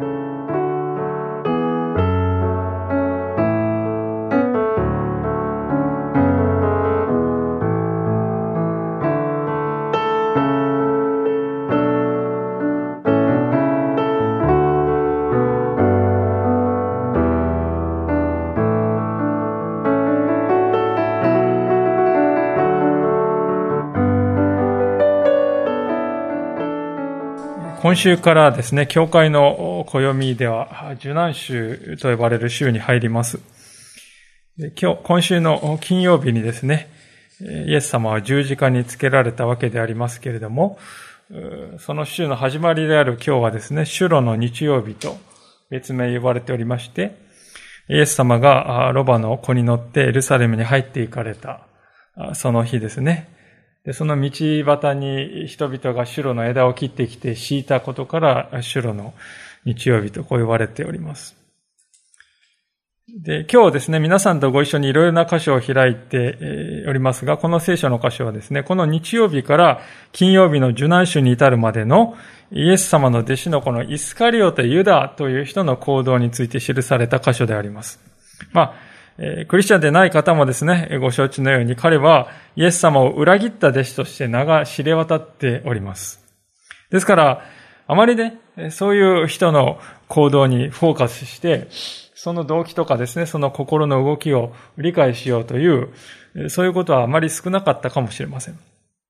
今週からですね、教会の暦では受難週と呼ばれる週に入ります。今週の金曜日にですね、イエス様は十字架につけられたわけでありますけれども、その週の始まりである今日はですね、主路の日曜日と別名呼ばれておりまして、イエス様がロバの子に乗ってエルサレムに入っていかれた、その日ですね。で、その道端に人々がシュロの枝を切ってきて敷いたことからシュロの日曜日とこう呼ばれております。で、今日ですね、皆さんとご一緒にいろいろな箇所を開いておりますが、この聖書の箇所はですね、この日曜日から金曜日の受難週に至るまでのイエス様の弟子のこのイスカリオテ・ユダという人の行動について記された箇所であります。クリスチャンでない方もですね、ご承知のように彼はイエス様を裏切った弟子として名が知れ渡っております。ですから、あまりね、そういう人の行動にフォーカスして、その動機とかですね、その心の動きを理解しようという、そういうことはあまり少なかったかもしれません。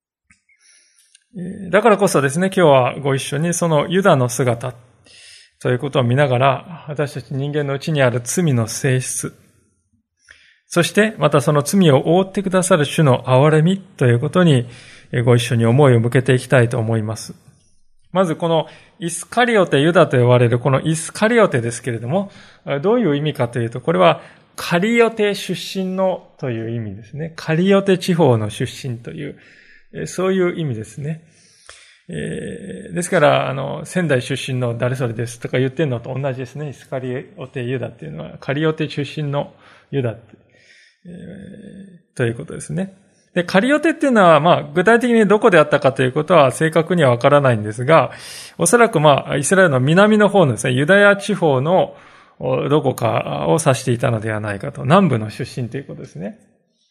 だからこそですね、今日はご一緒にそのユダの姿ということを見ながら、私たち人間のうちにある罪の性質、そしてまたその罪を覆ってくださる主の憐れみということにご一緒に思いを向けていきたいと思います。まずこのイスカリオテ・ユダと呼ばれるこのイスカリオテですけれども、どういう意味かというと、これはカリオテ出身のという意味ですね。カリオテ地方の出身という、そういう意味ですね。ですから、仙台出身の誰それですとか言ってんのと同じですね。イスカリオテ・ユダっていうのは、カリオテ出身のユダということですね。で、カリオテっていうのは、具体的にどこであったかということは正確にはわからないんですが、おそらくイスラエルの南の方のですね、ユダヤ地方のどこかを指していたのではないかと。南部の出身ということですね。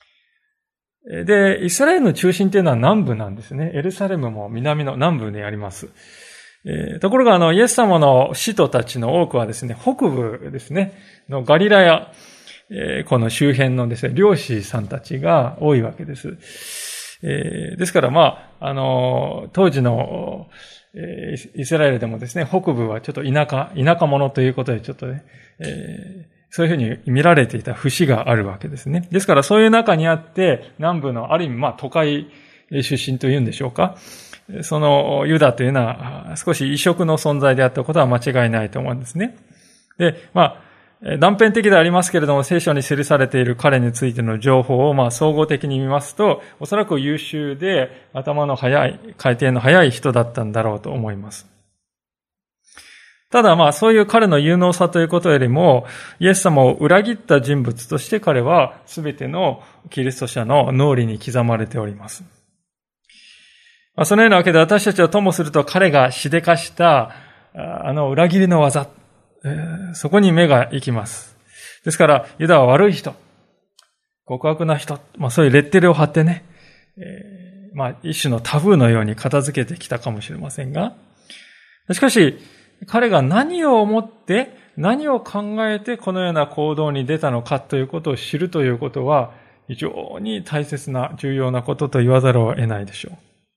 で、イスラエルの中心というのは南部なんですね。エルサレムも南部にあります。ところが、イエス様の使徒たちの多くはですね、北部ですね、のガリラヤ、この周辺のですね、漁師さんたちが多いわけです。ですから、当時のイスラエルでもですね、北部はちょっと田舎者ということでちょっとね、そういうふうに見られていた節があるわけですね。ですからそういう中にあって、南部のある意味都会出身というんでしょうか。そのユダというのは少し異色の存在であったことは間違いないと思うんですね。で、断片的でありますけれども、聖書に記されている彼についての情報を総合的に見ますと、おそらく優秀で頭の速い、回転の速い人だったんだろうと思います。ただそういう彼の有能さということよりも、イエス様を裏切った人物として彼は全てのキリスト者の脳裏に刻まれております。そのようなわけで私たちはともすると彼がしでかした裏切りの技、そこに目が行きます。ですから、ユダは悪い人、極悪な人、そういうレッテルを貼ってね、一種のタブーのように片付けてきたかもしれませんが、しかし、彼が何を思って、何を考えてこのような行動に出たのかということを知るということは、非常に大切な重要なことと言わざるを得ないでしょう。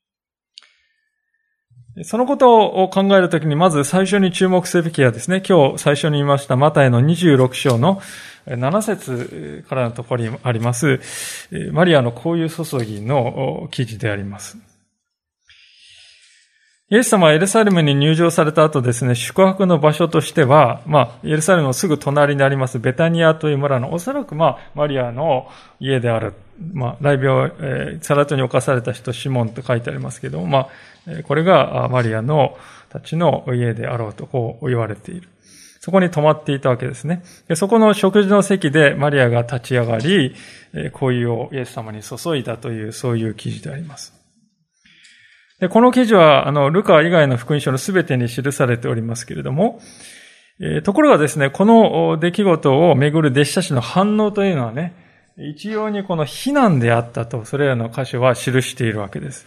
そのことを考えるときに、まず最初に注目すべきはですね、今日最初に言いましたマタイの26章の7節からのところにあります、マリアの香油注ぎの記事であります。イエス様はエルサレムに入場された後ですね、宿泊の場所としては、エルサレムのすぐ隣にありますベタニアという村のおそらくマリアの家である。雷病、サラトに侵された人シモンと書いてありますけども、これがマリアのたちの家であろうとこう言われている。そこに泊まっていたわけですね。でそこの食事の席でマリアが立ち上がり、香油をイエス様に注いだというそういう記事であります。でこの記事はルカ以外の福音書のすべてに記されておりますけれども、 ところがですね、この出来事をめぐる弟子たちの反応というのはね、一様にこの非難であったと、それらの箇所は記しているわけです。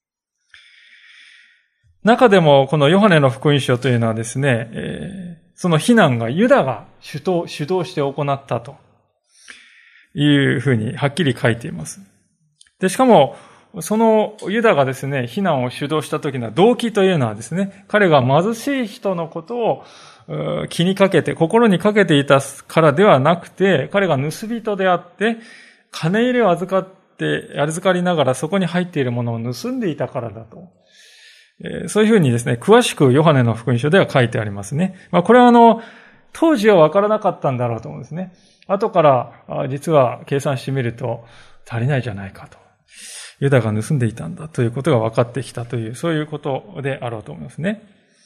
中でもこのヨハネの福音書というのはですね、その非難がユダが主導して行ったというふうにはっきり書いています。で、しかも、そのユダがですね、非難を主導した時の動機というのはですね、彼が貧しい人のことを気にかけて、心にかけていたからではなくて、彼が盗人であって、金入れを預かりながらそこに入っているものを盗んでいたからだと。そういうふうにですね、詳しくヨハネの福音書では書いてありますね。これは当時は分からなかったんだろうと思うんですね。後から実は計算してみると足りないじゃないかと。ユダが盗んでいたんだということが分かってきたという、そういうことであろうと思いますね。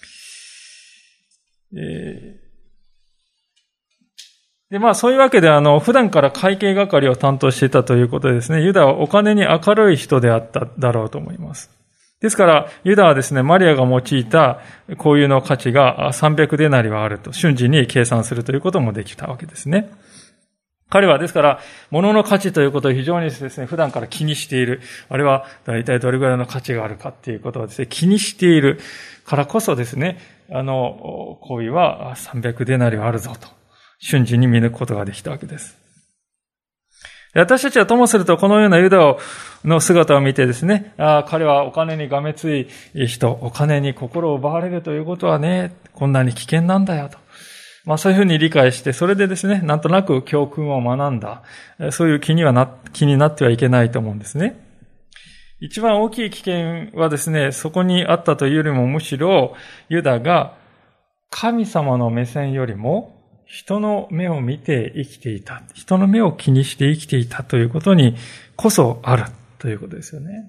で、そういうわけで普段から会計係を担当していたということでですね、ユダはお金に明るい人であっただろうと思います。ですから、ユダはですね、マリアが用いた香油の価値が300デナリはあると瞬時に計算するということもできたわけですね。彼はですから、物の価値ということを非常にですね、普段から気にしている。あれは大体どれぐらいの価値があるかっていうことをですね、気にしているからこそですね、香油は300デナリはあるぞと、瞬時に見抜くことができたわけです。私たちはともするとこのようなユダの姿を見てですね、彼はお金にがめつい人、お金に心を奪われるということはね、こんなに危険なんだよと。そういうふうに理解して、それでですね、なんとなく教訓を学んだ。そういう気になってはいけないと思うんですね。一番大きい危険はですね、そこにあったというよりもむしろ、ユダが神様の目線よりも人の目を見て生きていた。人の目を気にして生きていたということにこそあるということですよね。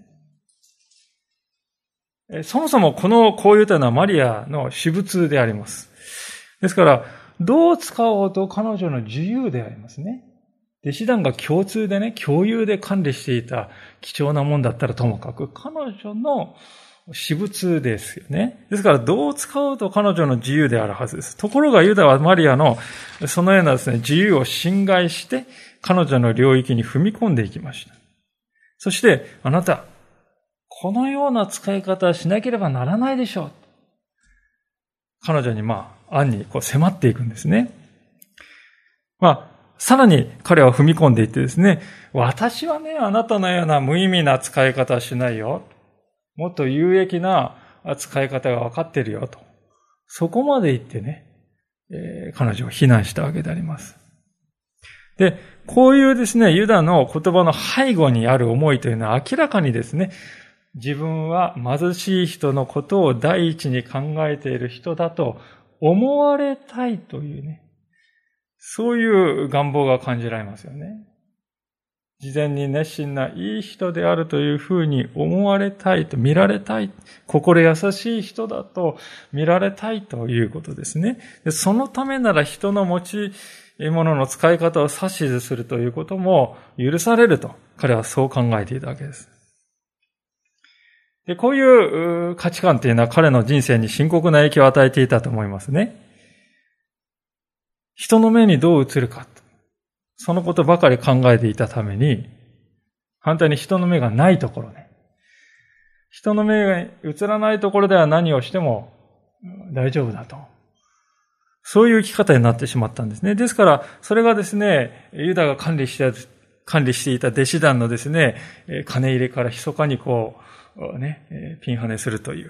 そもそもこの香油というのはマリアの私物であります。ですから、どう使おうと彼女の自由でありますね。弟子団が共通でね、共有で管理していた貴重なもんだったらともかく、彼女の私物ですよね。ですから、どう使おうと彼女の自由であるはずです。ところがユダはマリアのそのようなですね、自由を侵害して、彼女の領域に踏み込んでいきました。そして、あなた、このような使い方をしなければならないでしょう。彼女に暗に迫っていくんですね。さらに彼は踏み込んでいってですね、私はね、あなたのような無意味な使い方はしないよ。もっと有益な使い方が分かっているよと。そこまで言ってね、彼女を非難したわけであります。で、こういうですね、ユダの言葉の背後にある思いというのは明らかにですね、自分は貧しい人のことを第一に考えている人だと思われたいというね、そういう願望が感じられますよね。事前に熱心ないい人であるというふうに思われたいと見られたい。心優しい人だと見られたいということですね。でそのためなら人の持ち物の使い方を指図するということも許されると彼はそう考えていたわけです。で、こういう価値観というのは彼の人生に深刻な影響を与えていたと思いますね。人の目にどう映るか、そのことばかり考えていたために、反対に人の目がないところね。人の目が映らないところでは何をしても大丈夫だと。そういう生き方になってしまったんですね。ですから、それがですね、ユダが管理していた弟子団のですね、金入れから密かにピンハネするという、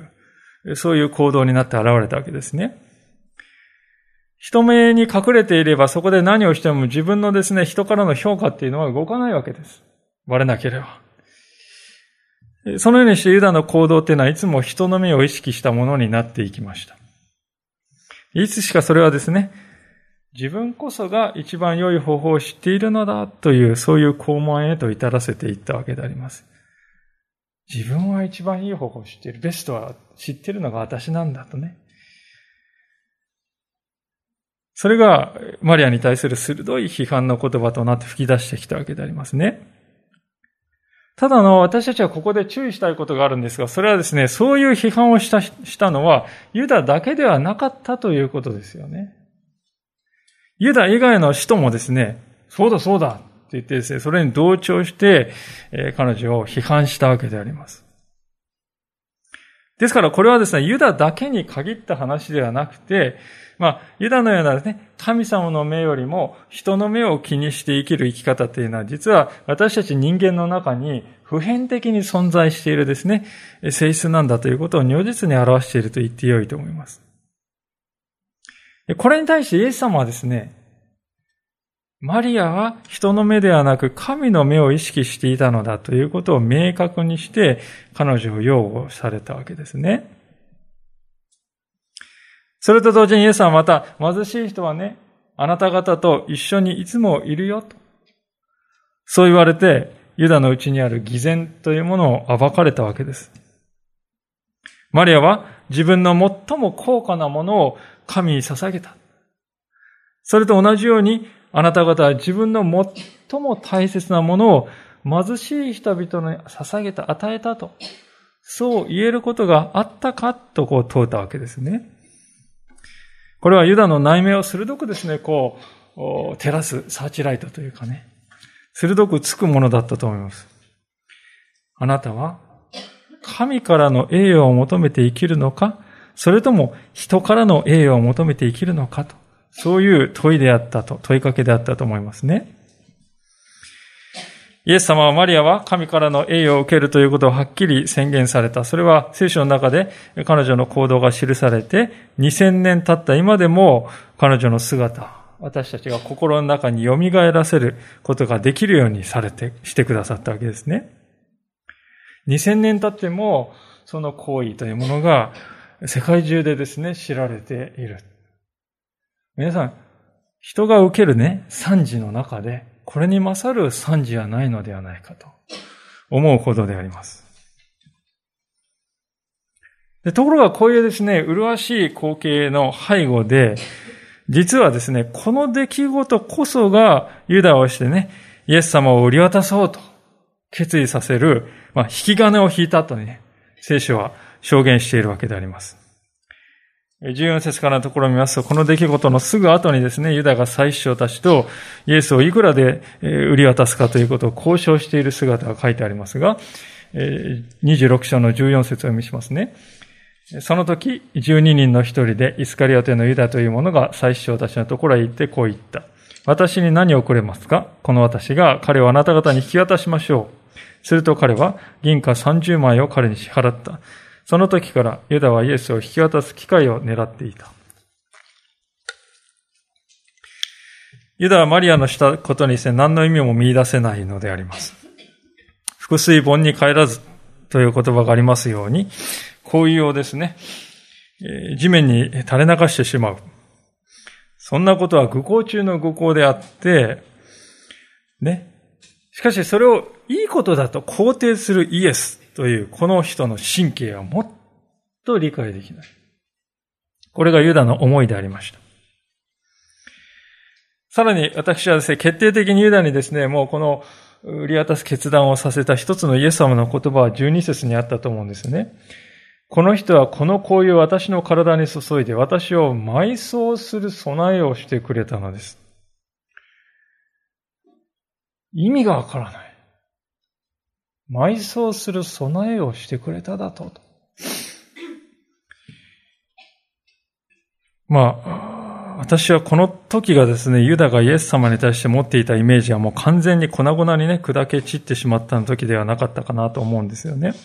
そういう行動になって現れたわけですね。人目に隠れていればそこで何をしても自分のですね、人からの評価っていうのは動かないわけです。バレなければ。そのようにしてユダの行動っていうのはいつも人の目を意識したものになっていきました。いつしかそれはですね、自分こそが一番良い方法を知っているのだという、そういう傲慢へと至らせていったわけであります。自分は一番いい方法を知っている。ベストは知っているのが私なんだとね。それがマリアに対する鋭い批判の言葉となって吹き出してきたわけでありますね。ただ私たちはここで注意したいことがあるんですが、それはですね、そういう批判をしたのはユダだけではなかったということですよね。 ユダ以外の使徒もですね、そうだそうだって言ってですね、それに同調して、彼女を批判したわけであります。ですからこれはですね、ユダだけに限った話ではなくて、ユダのようなですね、神様の目よりも人の目を気にして生きる生き方というのは、実は私たち人間の中に普遍的に存在しているですね、性質なんだということを如実に表していると言ってよいと思います。これに対してイエス様はですね、マリアは人の目ではなく神の目を意識していたのだということを明確にして彼女を擁護されたわけですね。それと同時にイエス様はまた貧しい人はね、あなた方と一緒にいつもいるよと。そう言われてユダのうちにある偽善というものを暴かれたわけです。マリアは自分の最も高価なものを神に捧げた。それと同じようにあなた方は自分の最も大切なものを貧しい人々に捧げた、与えたと。そう言えることがあったかと問うたわけですね。これはユダの内面を鋭くですね、照らすサーチライトというかね、鋭くつくものだったと思います。あなたは神からの栄誉を求めて生きるのか、それとも人からの栄誉を求めて生きるのかと。そういう問いかけであったと思いますね。イエス様はマリアは神からの栄誉を受けるということをはっきり宣言された。それは聖書の中で彼女の行動が記されて2000年経った今でも彼女の姿、私たちが心の中に蘇らせることができるようにしてくださったわけですね。2000年経ってもその行為というものが世界中でですね、知られている。皆さん、人が受けるね、賛辞の中で、これに勝る賛辞はないのではないかと思うほどであります。ところがこういうですね、麗しい光景の背後で、実はですね、この出来事こそがユダをしてね、イエス様を売り渡そうと決意させる、引き金を引いたとね、聖書は証言しているわけであります。14節からのところを見ますと、この出来事のすぐ後にですね、ユダが祭司長たちとイエスをいくらで売り渡すかということを交渉している姿が書いてありますが、26章の14節を読みしますね。その時、12人の一人でイスカリオテのユダという者が祭司長たちのところへ行ってこう言った。私に何をくれますか？この私が彼をあなた方に引き渡しましょう。すると彼は銀貨30枚を彼に支払った。その時からユダはイエスを引き渡す機会を狙っていた。ユダはマリアのしたことにして何の意味も見出せないのであります。腹水盆に帰らずという言葉がありますように、行為をですね、地面に垂れ流してしまう。そんなことは愚行中の愚行であって、ね。しかしそれをいいことだと肯定するイエスというこの人の神経はもっと理解できない。これがユダの思いでありました。さらに私はですね、決定的にユダにですね、もうこの売り渡す決断をさせた一つのイエス様の言葉は12節にあったと思うんですよね。この人はこの香油を私の体に注いで私を埋葬する備えをしてくれたのです。意味がわからない。埋葬する備えをしてくれただと。私はこの時がですね、ユダがイエス様に対して持っていたイメージはもう完全に粉々にね、砕け散ってしまった時ではなかったかなと思うんですよね。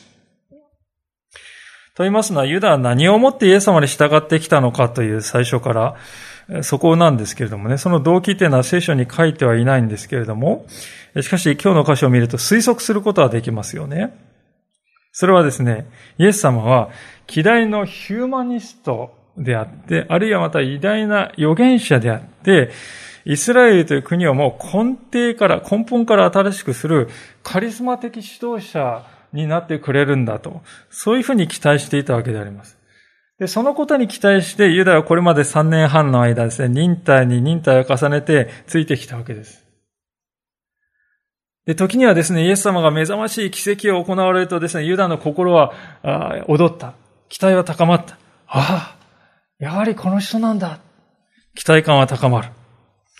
と言いますのは、ユダは何をもってイエス様に従ってきたのかという最初からそこなんですけれどもね、その動機というのは聖書に書いてはいないんですけれども、しかし今日の箇所を見ると推測することはできますよね。それはですね、イエス様は希代のヒューマニストであって、あるいはまた偉大な預言者であって、イスラエルという国をもう根本から新しくするカリスマ的指導者になってくれるんだと、そういうふうに期待していたわけであります。で、そのことに期待してユダはこれまで3年半の間ですね、忍耐に忍耐を重ねてついてきたわけです。で、時にはですね、イエス様が目覚ましい奇跡を行われるとですね、ユダの心は踊った。期待は高まった。やはりこの人なんだ。期待感は高まる。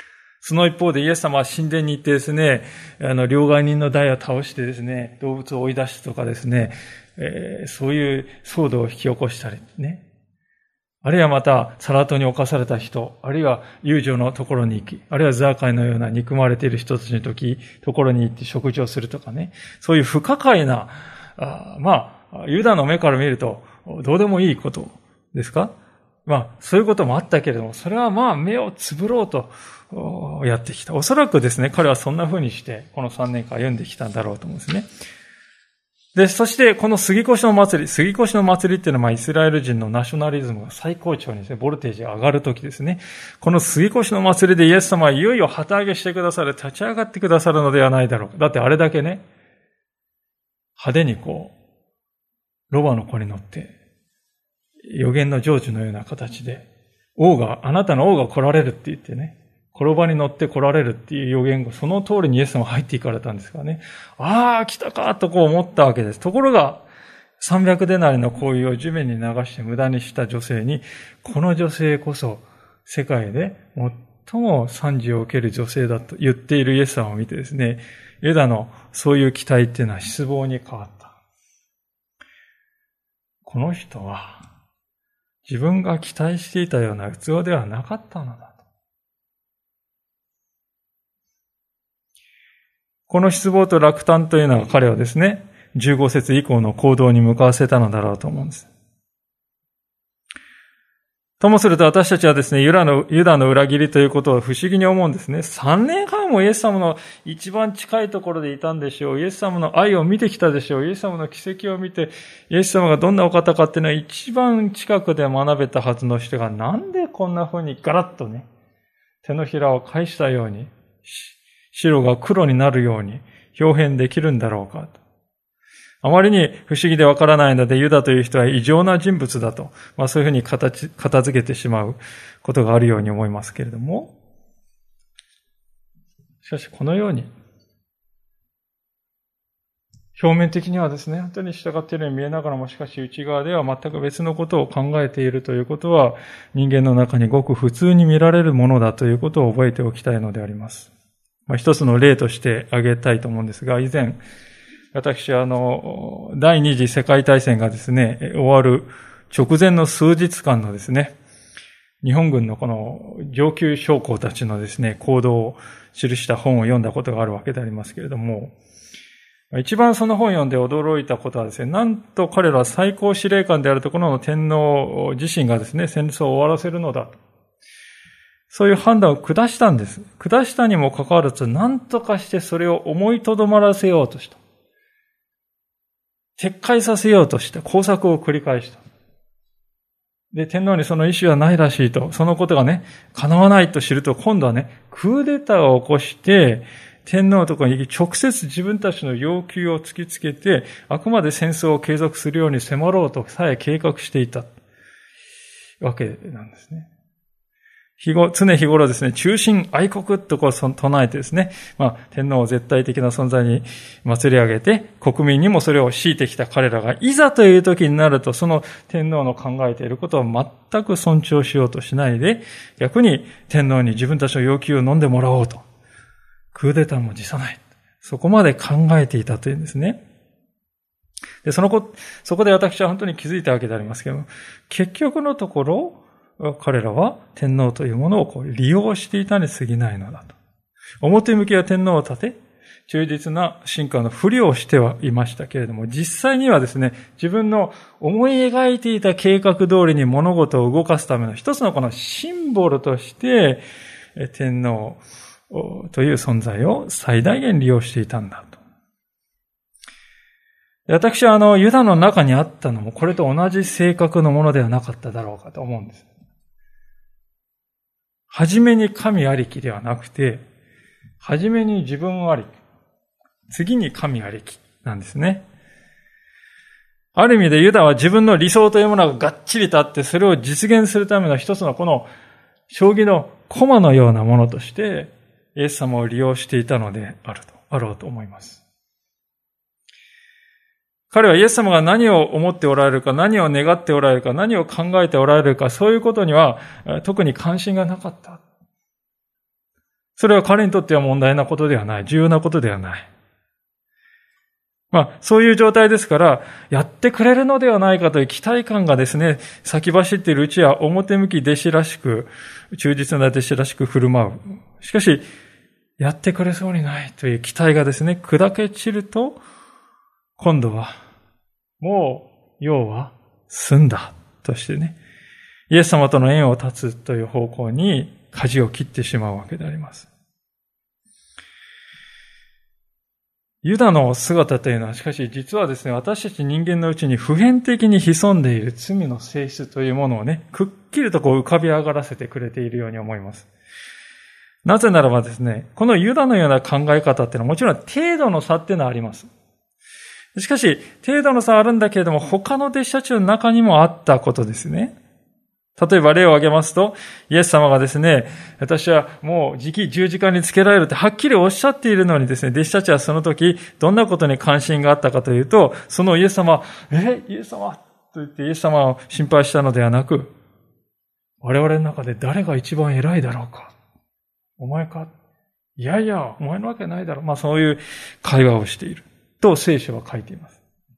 その一方でイエス様は神殿に行ってですね、両替人の台を倒してですね、動物を追い出すとかですね、そういう騒動を引き起こしたりね。あるいはまた、サラトに侵された人、あるいは遊女のところに行き、あるいはザーカイのような憎まれている人たちのところに行って食事をするとかね。そういう不可解な、ユダの目から見ると、どうでもいいことですか？そういうこともあったけれども、それは目をつぶろうとやってきた。おそらくですね、彼はそんな風にして、この3年間歩んできたんだろうと思うんですね。で、そしてこの杉越の祭りっていうのはイスラエル人のナショナリズムが最高潮にですね、ボルテージが上がるときですね。この杉越の祭りでイエス様はいよいよ旗揚げしてくださる、立ち上がってくださるのではないだろうか。だってあれだけね、派手にロバの子に乗って、預言の成就のような形で、あなたの王が来られるって言ってね、転ばに乗って来られるっていう預言が、その通りにイエス様が入っていかれたんですからね。来たかと思ったわけです。ところが、300デナリの香油を地面に流して無駄にした女性に、この女性こそ世界で最も賛辞を受ける女性だと言っているイエス様を見てですね、ユダのそういう期待っていうのは失望に変わった。この人は自分が期待していたような器ではなかったのだ。この失望と落胆というのが彼をですね、15節以降の行動に向かわせたのだろうと思うんです。ともすると私たちはですね、ユダの裏切りということを不思議に思うんですね。3年半もイエス様の一番近いところでいたんでしょう。イエス様の愛を見てきたでしょう。イエス様の奇跡を見て、イエス様がどんなお方かっていうのは一番近くで学べたはずの人が、なんでこんな風にガラッとね、手のひらを返したように、白が黒になるように表現できるんだろうかと。あまりに不思議でわからないので、ユダという人は異常な人物だと、そういうふうに片付けてしまうことがあるように思いますけれども、しかしこのように、表面的にはですね、本当に従っているように見えながらも、しかし内側では全く別のことを考えているということは、人間の中にごく普通に見られるものだということを覚えておきたいのであります。一つの例として挙げたいと思うんですが、以前、私は第二次世界大戦がですね、終わる直前の数日間のですね、日本軍のこの上級将校たちのですね、行動を記した本を読んだことがあるわけでありますけれども、一番その本を読んで驚いたことはですね、なんと彼らは最高司令官であるところの天皇自身がですね、戦争を終わらせるのだ。そういう判断を下したんです。下したにもかかわらず、何とかしてそれを思いとどまらせようとした。撤回させようとした工作を繰り返した。で、天皇にその意思はないらしいと、そのことがね、叶わないと知ると、今度はね、クーデターを起こして、天皇のところに行き、直接自分たちの要求を突きつけて、あくまで戦争を継続するように迫ろうとさえ計画していたわけなんですね。常日頃ですね、忠臣愛国と唱えてですね、天皇を絶対的な存在に祭り上げて、国民にもそれを強いてきた彼らが、いざという時になると、その天皇の考えていることを全く尊重しようとしないで、逆に天皇に自分たちの要求を飲んでもらおうと。クーデターも辞さない。そこまで考えていたというんですね。で、そこで私は本当に気づいたわけでありますけども、結局のところ、彼らは天皇というものを利用していたに過ぎないのだと。表向きは天皇を立て、忠実な臣下のふりをしてはいましたけれども、実際にはですね、自分の思い描いていた計画通りに物事を動かすための一つのこのシンボルとして、天皇という存在を最大限利用していたんだと。私はユダの中にあったのもこれと同じ性格のものではなかっただろうかと思うんです。はじめに神ありきではなくて、はじめに自分ありき、次に神ありきなんですね。ある意味でユダは自分の理想というものががっちりとあって、それを実現するための一つのこの将棋の駒のようなものとして、イエス様を利用していたのであろうと思います。彼はイエス様が何を思っておられるか、何を願っておられるか、何を考えておられるか、そういうことには特に関心がなかった。 それは彼にとっては問題なことではない。重要なことではない。そういう状態ですから、やってくれるのではないかという期待感がですね、先走っているうちは表向き弟子らしく、忠実な弟子らしく振る舞う。しかし、やってくれそうにないという期待がですね、砕け散ると、今度は、もう、要は、済んだとしてね、イエス様との縁を断つという方向に舵を切ってしまうわけであります。ユダの姿というのは、しかし実はですね、私たち人間のうちに普遍的に潜んでいる罪の性質というものをね、くっきりと浮かび上がらせてくれているように思います。なぜならばですね、このユダのような考え方っていうのはもちろん程度の差っていうのはあります。しかし、程度の差はあるんだけれども、他の弟子たちの中にもあったことですね。例えば例を挙げますと、イエス様がですね、私はもうじき十字架につけられるってはっきりおっしゃっているのにですね、弟子たちはその時、どんなことに関心があったかというと、そのイエス様、イエス様と言ってイエス様を心配したのではなく、我々の中で誰が一番偉いだろうか。お前か。いやいや、お前のわけないだろう。そういう会話をしている。と聖書は書いています。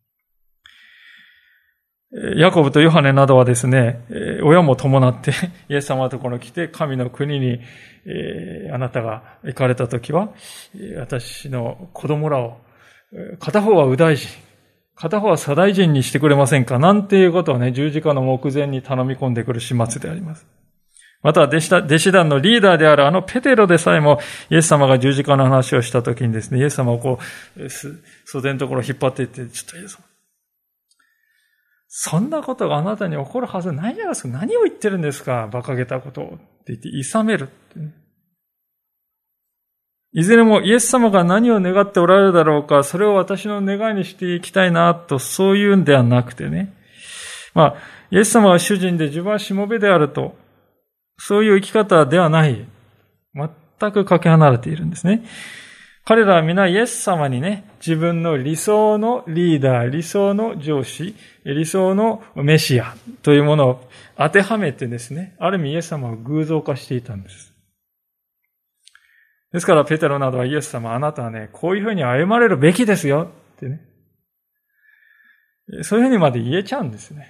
ヤコブとヨハネなどはですね、親も伴ってイエス様のところに来て、神の国に、あなたが行かれたときは、私の子供らを、片方は右大臣、片方は左大臣にしてくれませんかなんていうことをね、十字架の目前に頼み込んでくる始末であります。また、弟子団のリーダーであるペテロでさえも、イエス様が十字架の話をしたときにですね、イエス様を袖のところを引っ張っていって、ちょっとイエス様、そんなことがあなたに起こるはずないじゃないですか。何を言ってるんですか、馬鹿げたことを。って言って、諌めるって、ね。いずれもイエス様が何を願っておられるだろうか、それを私の願いにしていきたいな、と、そういうんではなくてね。イエス様は主人で自分はしもべであると、そういう生き方ではない。全くかけ離れているんですね。彼らは皆イエス様にね、自分の理想のリーダー、理想の上司、理想のメシアというものを当てはめてですね、ある意味イエス様を偶像化していたんです。ですからペテロなどはイエス様、あなたはね、こういうふうに歩まれるべきですよってね。そういうふうにまで言えちゃうんですね。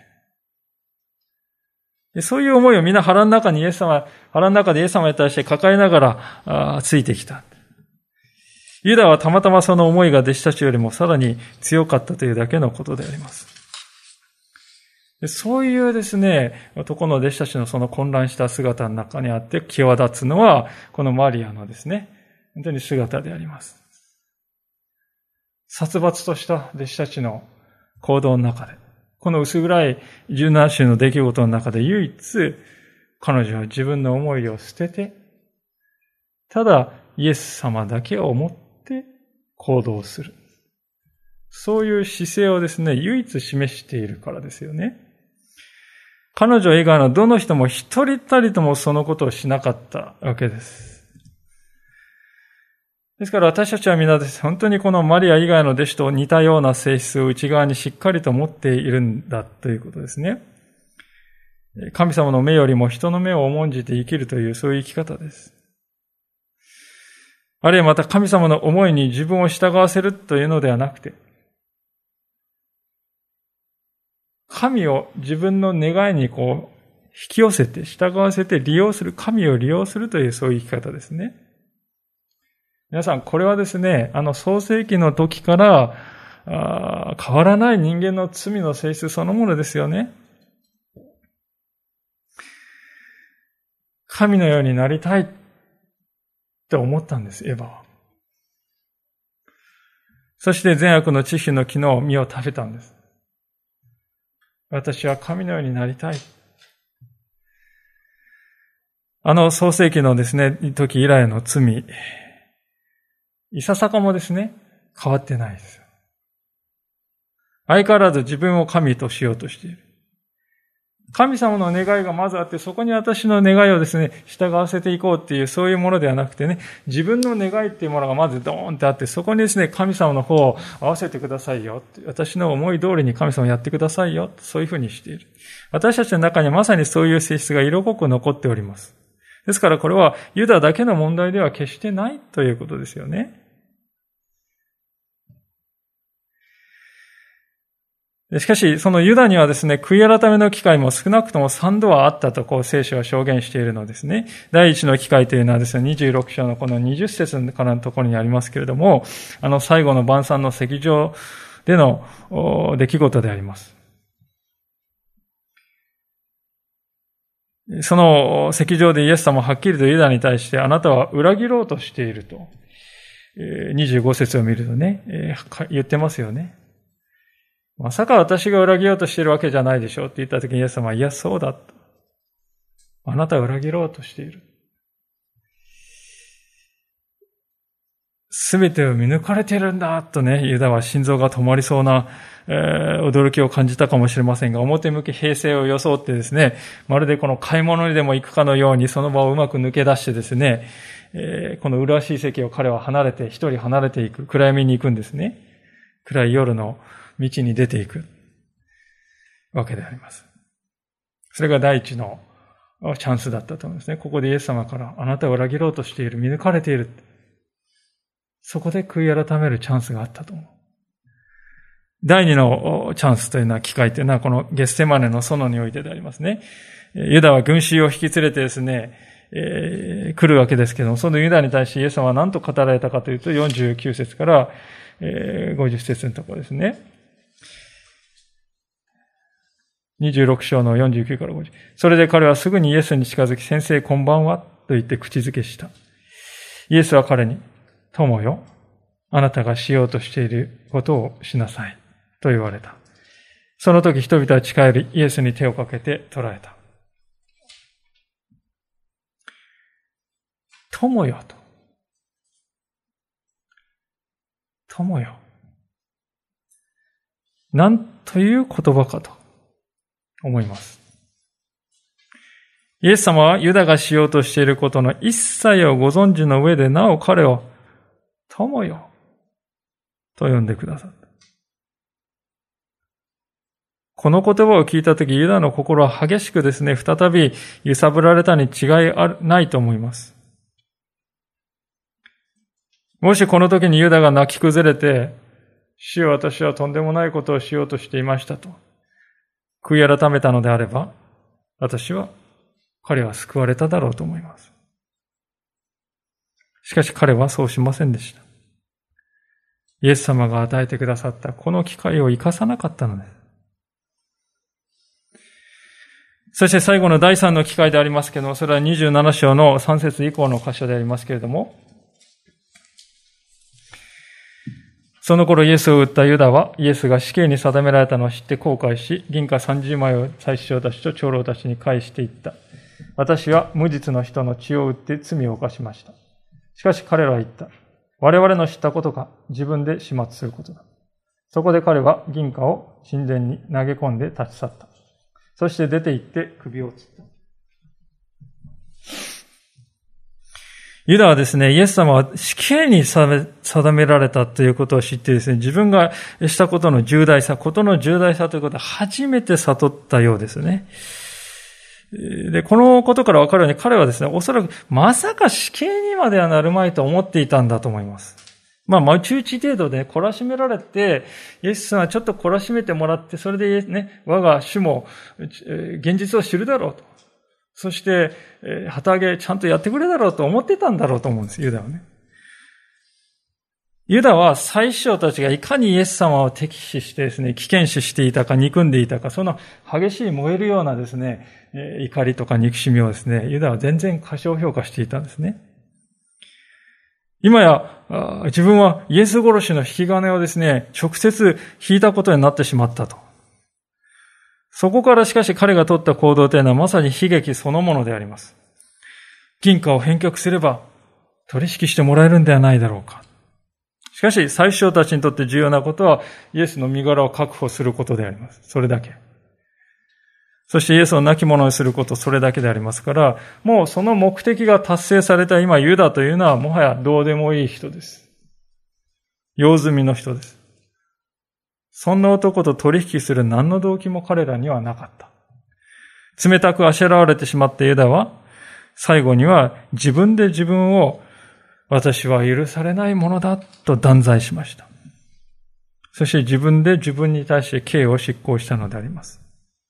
そういう思いをみんな腹の中でイエス様に対して抱えながらついてきた。ユダはたまたまその思いが弟子たちよりもさらに強かったというだけのことであります。そういうですね、男の弟子たちのその混乱した姿の中にあって際立つのは、このマリアのですね、本当に姿であります。殺伐とした弟子たちの行動の中で、この薄暗い17週の出来事の中で唯一、彼女は自分の思いを捨てて、ただイエス様だけを思って行動する。そういう姿勢をですね、唯一示しているからですよね。彼女以外のどの人も一人たりともそのことをしなかったわけです。ですから私たちは皆です。本当にこのマリア以外の弟子と似たような性質を内側にしっかりと持っているんだということですね。神様の目よりも人の目を重んじて生きるというそういう生き方です。あるいはまた神様の思いに自分を従わせるというのではなくて、神を自分の願いに引き寄せて、従わせて利用する、神を利用するというそういう生き方ですね。皆さん、これはですね、創世記の時から変わらない人間の罪の性質そのものですよね。神のようになりたいって思ったんです、エヴァは。そして善悪の知識の木の実を食べたんです。私は神のようになりたい。創世記のですね、時以来の罪、いささかもですね、変わってないです。相変わらず自分を神としようとしている。神様の願いがまずあって、そこに私の願いをですね、従わせていこうっていう、そういうものではなくてね、自分の願いっていうものがまずドーンってあって、そこにですね、神様の方を合わせてくださいよ。私の思い通りに神様やってくださいよ。そういうふうにしている。私たちの中にはまさにそういう性質が色濃く残っております。 ですからこれはユダだけの問題では決してないということですよね。しかし、そのユダにはですね、悔い改めの機会も少なくとも3度はあったと、聖書は証言しているのですね。第一の機会というのはですね、26章のこの20節からのところにありますけれども、最後の晩餐の席上での出来事であります。その席上でイエス様ははっきりとユダに対して、あなたは裏切ろうとしていると、25節を見るとね、言ってますよね。まさか私が裏切ろうとしているわけじゃないでしょうって言ったときにイエス様は、いや、そうだ。あなたは裏切ろうとしている。すべてを見抜かれているんだとね、ユダは心臓が止まりそうな、驚きを感じたかもしれませんが、表向き平静を装ってですね、まるでこの買い物にでも行くかのようにその場をうまく抜け出してですね、この麗しい席を彼は一人離れていく、暗闇に行くんですね。暗い夜の道に出ていくわけであります。それが第一のチャンスだったと思うんですね。ここでイエス様から、あなたを裏切ろうとしている、見抜かれている。そこで悔い改めるチャンスがあったと思う。第二のチャンスというのは、機会というのは、このゲッセマネの園においてでありますね。ユダは群衆を引き連れてですね、来るわけですけども、そのユダに対してイエス様は何と語られたかというと、49節から50節のところですね。26章の49から50。それで彼はすぐにイエスに近づき、先生こんばんはと言って口づけした。イエスは彼に、友よ、あなたがしようとしていることをしなさいと言われた。その時人々は近寄り、イエスに手をかけて捕らえた。友よと。友よ。なんという言葉かと思います。イエス様はユダがしようとしていることの一切をご存知の上で、なお彼を友よと呼んでくださった。この言葉を聞いたとき、ユダの心は激しくですね、再び揺さぶられたに違いないと思います。もしこの時にユダが泣き崩れて、主よ、私はとんでもないことをしようとしていましたと、悔い改めたのであれば、彼は救われただろうと思います。しかし彼はそうしませんでした。イエス様が与えてくださったこの機会を生かさなかったのです。そして最後の第3の機会でありますけれども、それは27章の3節以降の箇所でありますけれども、その頃イエスを撃ったユダは、イエスが死刑に定められたのを知って後悔し、銀貨30枚を祭司長たちと長老たちに返していった。私は無実の人の血を打って罪を犯しました。しかし彼らは言った。我々の知ったことが自分で始末することだ。そこで彼は銀貨を神殿に投げ込んで立ち去った。そして出て行って首を吊った。ユダはですね、イエス様は死刑に定められたということを知ってですね、自分がしたことの重大さ、ことの重大さということを初めて悟ったようですね。で、このことから分かるように彼はですね、おそらくまさか死刑にまではなるまいと思っていたんだと思います。中々程度で懲らしめられて、イエス様はちょっと懲らしめてもらって、それでね、我が主も現実を知るだろうと。そして、旗揚げちゃんとやってくれだろうと思ってたんだろうと思うんです、ユダはね。ユダは祭司長たちがいかにイエス様を敵視してですね、危険視していたか、憎んでいたか、その激しい燃えるようなですね、怒りとか憎しみをですね、ユダは全然過小評価していたんですね。今や、自分はイエス殺しの引き金をですね、直接引いたことになってしまったと。そこからしかし彼が取った行動というのはまさに悲劇そのものであります。銀貨を返却すれば取引してもらえるんではないだろうか。しかし、祭司長たちにとって重要なことは、イエスの身柄を確保することであります。それだけ。そしてイエスを亡き者にすること、それだけでありますから、もうその目的が達成された今、ユダというのはもはやどうでもいい人です。用済みの人です。そんな男と取引する何の動機も彼らにはなかった。冷たくあしらわれてしまったユダは、 最後には自分で自分を私は許されないものだと断罪しました。そして自分で自分に対して刑を執行したのであります。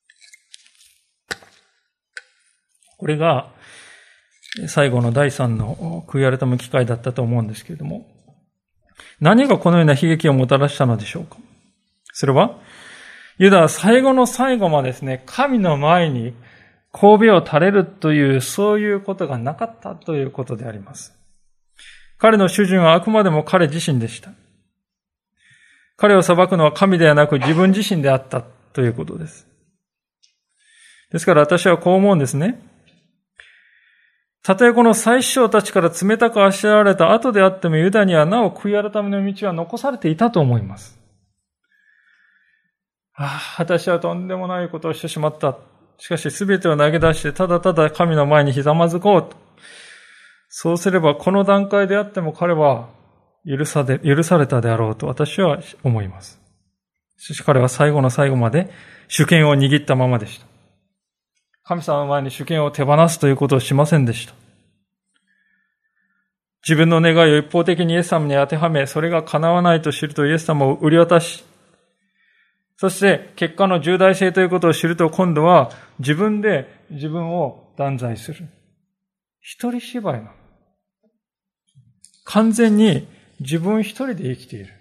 これが最後の第三の悔い改め機会だったと思うんですけれども、何がこのような悲劇をもたらしたのでしょうか。それは、ユダは最後の最後までですね、神の前に頭を垂れるという、そういうことがなかったということであります。彼の主人はあくまでも彼自身でした。彼を裁くのは神ではなく自分自身であったということです。ですから私はこう思うんですね。たとえこの祭司長たちから冷たくあしらわれた後であってもユダにはなお悔い改めの道は残されていたと思います。私はとんでもないことをしてしまった。しかし全てを投げ出してただただ神の前にひざまずこうと。そうすればこの段階であっても彼は許されたであろうと私は思います。しかし彼は最後の最後まで主権を握ったままでした。神様の前に主権を手放すということをしませんでした。自分の願いを一方的にイエス様に当てはめ、それが叶わないと知るとイエス様を売り渡し、そして結果の重大性ということを知ると今度は自分で自分を断罪する。一人芝居なの。完全に自分一人で生きている。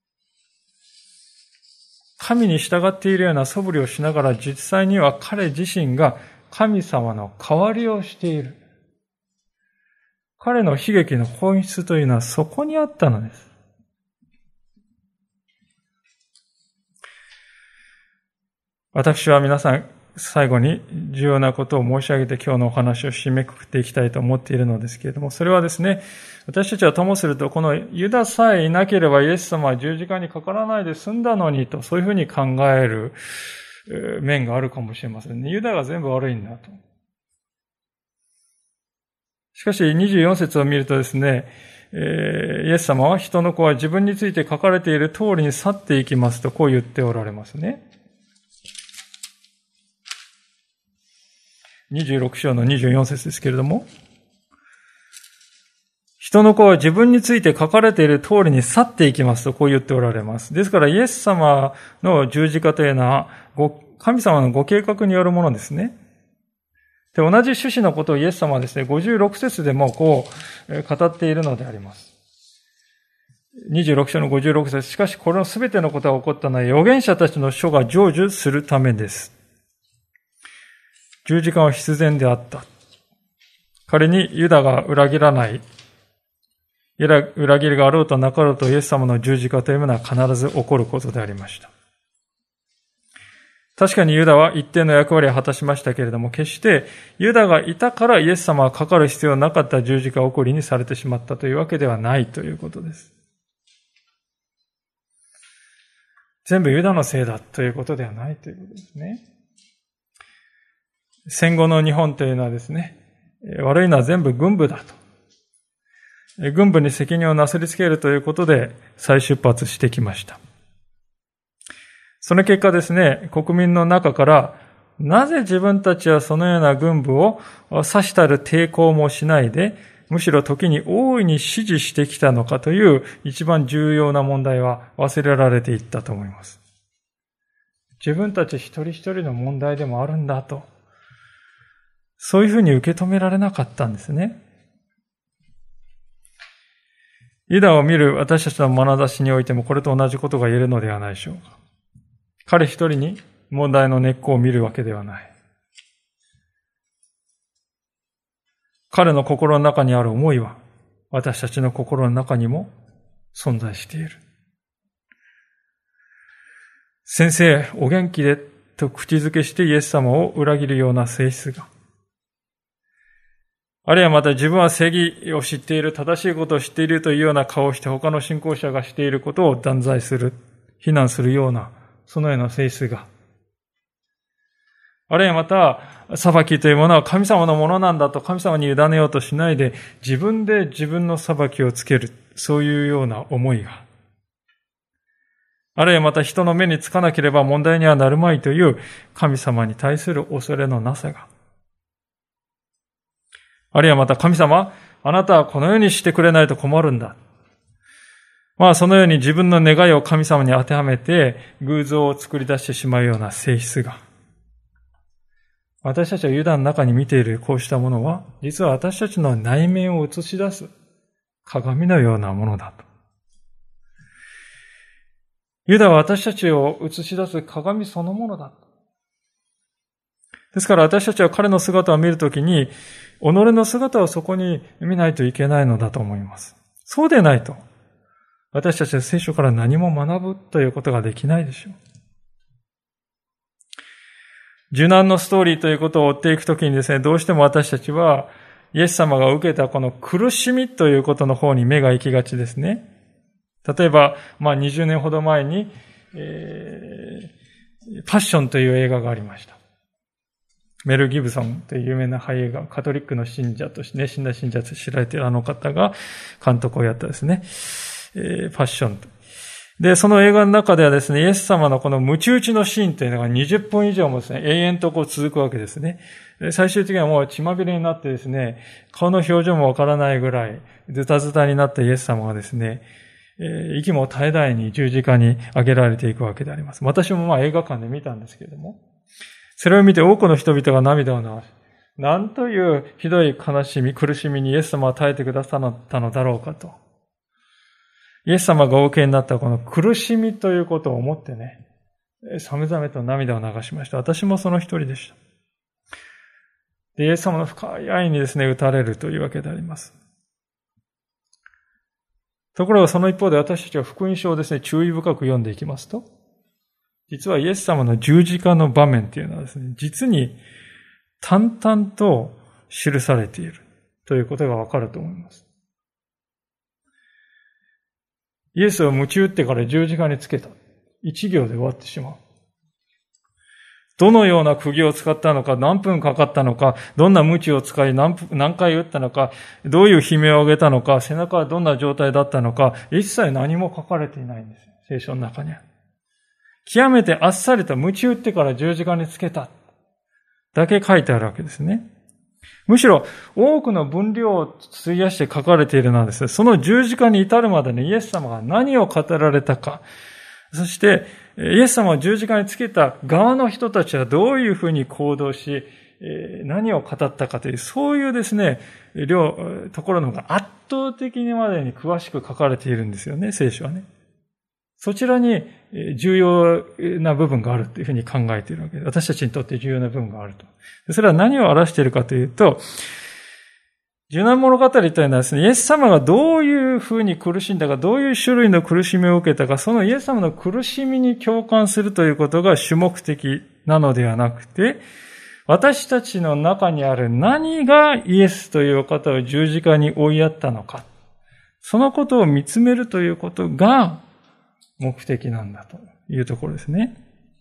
神に従っているような素振りをしながら実際には彼自身が神様の代わりをしている。彼の悲劇の本質というのはそこにあったのです。私は皆さん、最後に重要なことを申し上げて今日のお話を締めくくっていきたいと思っているのですけれども、それはですね、私たちはともするとこのユダさえいなければイエス様は十字架にかからないで済んだのにと、そういうふうに考える面があるかもしれませんね。ユダが全部悪いんだと。しかし24節を見るとですね、イエス様は人の子は自分について書かれている通りに去っていきますとこう言っておられますね。26章の24節ですけれども、人の子は自分について書かれている通りに去っていきますとこう言っておられます。ですからイエス様の十字架というのは神様のご計画によるものですね。で、同じ趣旨のことをイエス様はですね、56節でもこう語っているのであります。26章の56節、しかしこれのすべてのことが起こったのは預言者たちの書が成就するためです。十字架は必然であった。仮にユダが裏切らない、裏切りがあろうとなかろうとイエス様の十字架というものは必ず起こることでありました。確かにユダは一定の役割を果たしましたけれども、決してユダがいたからイエス様はかかる必要なかった十字架を送りにされてしまったというわけではないということです。全部ユダのせいだということではないということですね。戦後の日本というのはですね、悪いのは全部軍部だと。軍部に責任をなすりつけるということで再出発してきました。その結果ですね、国民の中からなぜ自分たちはそのような軍部をさしたる抵抗もしないで、むしろ時に大いに支持してきたのかという一番重要な問題は忘れられていったと思います。自分たち一人一人の問題でもあるんだと。そういうふうに受け止められなかったんですね。ユダを見る私たちの眼差しにおいてもこれと同じことが言えるのではないでしょうか。彼一人に問題の根っこを見るわけではない。彼の心の中にある思いは私たちの心の中にも存在している。先生、お元気でと口づけしてイエス様を裏切るような性質が、あるいはまた自分は正義を知っている、正しいことを知っているというような顔をして他の信仰者がしていることを断罪する、非難するような、そのような性質が。あるいはまた、裁きというものは神様のものなんだと神様に委ねようとしないで、自分で自分の裁きをつける、そういうような思いが。あるいはまた人の目につかなければ問題にはなるまいという神様に対する恐れのなさが。 あるいはまた神様、あなたはこのようにしてくれないと困るんだ。そのように自分の願いを神様に当てはめて偶像を作り出してしまうような性質が、私たちはユダの中に見ているこうしたものは、実は私たちの内面を映し出す鏡のようなものだと。ユダは私たちを映し出す鏡そのものだと。ですから私たちは彼の姿を見るときに、己の姿をそこに見ないといけないのだと思います。そうでないと、私たちは聖書から何も学ぶということができないでしょう。受難のストーリーということを追っていくときにですね、どうしても私たちはイエス様が受けたこの苦しみということの方に目が行きがちですね。例えば、20年ほど前に、パッションという映画がありました。メル・ギブソンという有名な俳優が、カトリックの信者としてね、死んだ信者として知られているあの方が監督をやったですね、パッション。で、その映画の中ではですね、イエス様のこのムチ打ちのシーンというのが20分以上もですね、永遠と続くわけですね。最終的にはもう血まみれになってですね、顔の表情もわからないぐらい、ズタズタになったイエス様がですね、息も絶え絶えに十字架に上げられていくわけであります。私も映画館で見たんですけれども、それを見て多くの人々が涙を流し、なんというひどい悲しみ、苦しみにイエス様は耐えてくださったのだろうかと。イエス様がお受けになったこの苦しみということを思ってね、寒々と涙を流しました。私もその一人でした。で、イエス様の深い愛にですね、打たれるというわけであります。ところがその一方で私たちは福音書をですね、注意深く読んでいきますと、実はイエス様の十字架の場面というのはですね、実に淡々と記されているということがわかると思います。イエスを鞭打ってから十字架につけた。一行で終わってしまう。どのような釘を使ったのか、何分かかったのか、どんな鞭を使い何回打ったのか、どういう悲鳴を上げたのか、背中はどんな状態だったのか、一切何も書かれていないんですよ。聖書の中には。極めてあっさりと鞭打ってから十字架につけた。だけ書いてあるわけですね。むしろ多くの分量を費やして書かれているのはですね、その十字架に至るまでにイエス様が何を語られたか、そしてイエス様を十字架につけた側の人たちはどういうふうに行動し、何を語ったかという、そういうですね、ところの方が圧倒的にまでに詳しく書かれているんですよね、聖書はね。そちらに重要な部分があるというふうに考えているわけです。私たちにとって重要な部分があると。それは何を表しているかというと、受難物語というのはですね、イエス様がどういうふうに苦しんだか、どういう種類の苦しみを受けたか、そのイエス様の苦しみに共感するということが主目的なのではなくて、私たちの中にある何がイエスというお方を十字架に追いやったのか、そのことを見つめるということが目的なんだというところですね。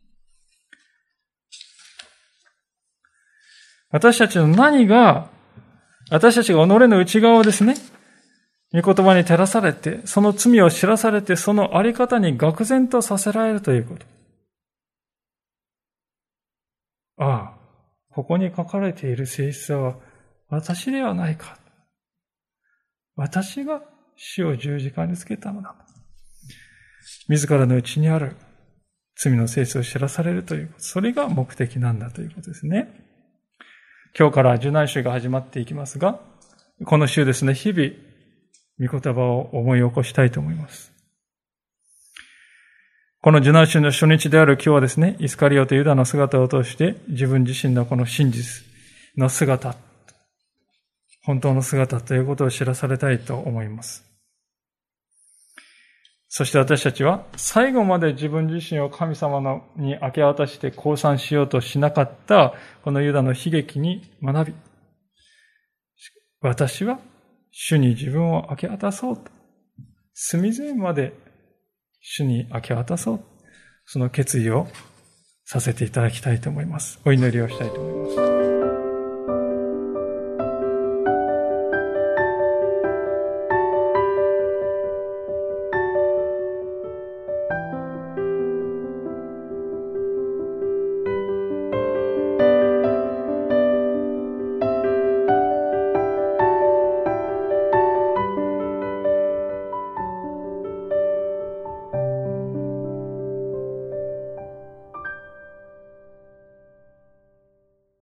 私たちの何が、私たちが己の内側をですね、御言葉に照らされて、その罪を知らされて、そのあり方に愕然とさせられるということ。ああ、ここに書かれている性質は私ではないか。私が死を十字架につけたのだ。自らの内にある罪の性質を知らされるということ。それが目的なんだということですね。今日から受難週が始まっていきますが、この週ですね、日々、御言葉を思い起こしたいと思います。この受難週の初日である今日はですね、イスカリオとユダの姿を通して、自分自身のこの真実の姿、本当の姿ということを知らされたいと思います。そして私たちは最後まで自分自身を神様に明け渡して降参しようとしなかったこのユダの悲劇に学び、私は主に自分を明け渡そうと、隅々まで主に明け渡そう、その決意をさせていただきたいと思います。お祈りをしたいと思います。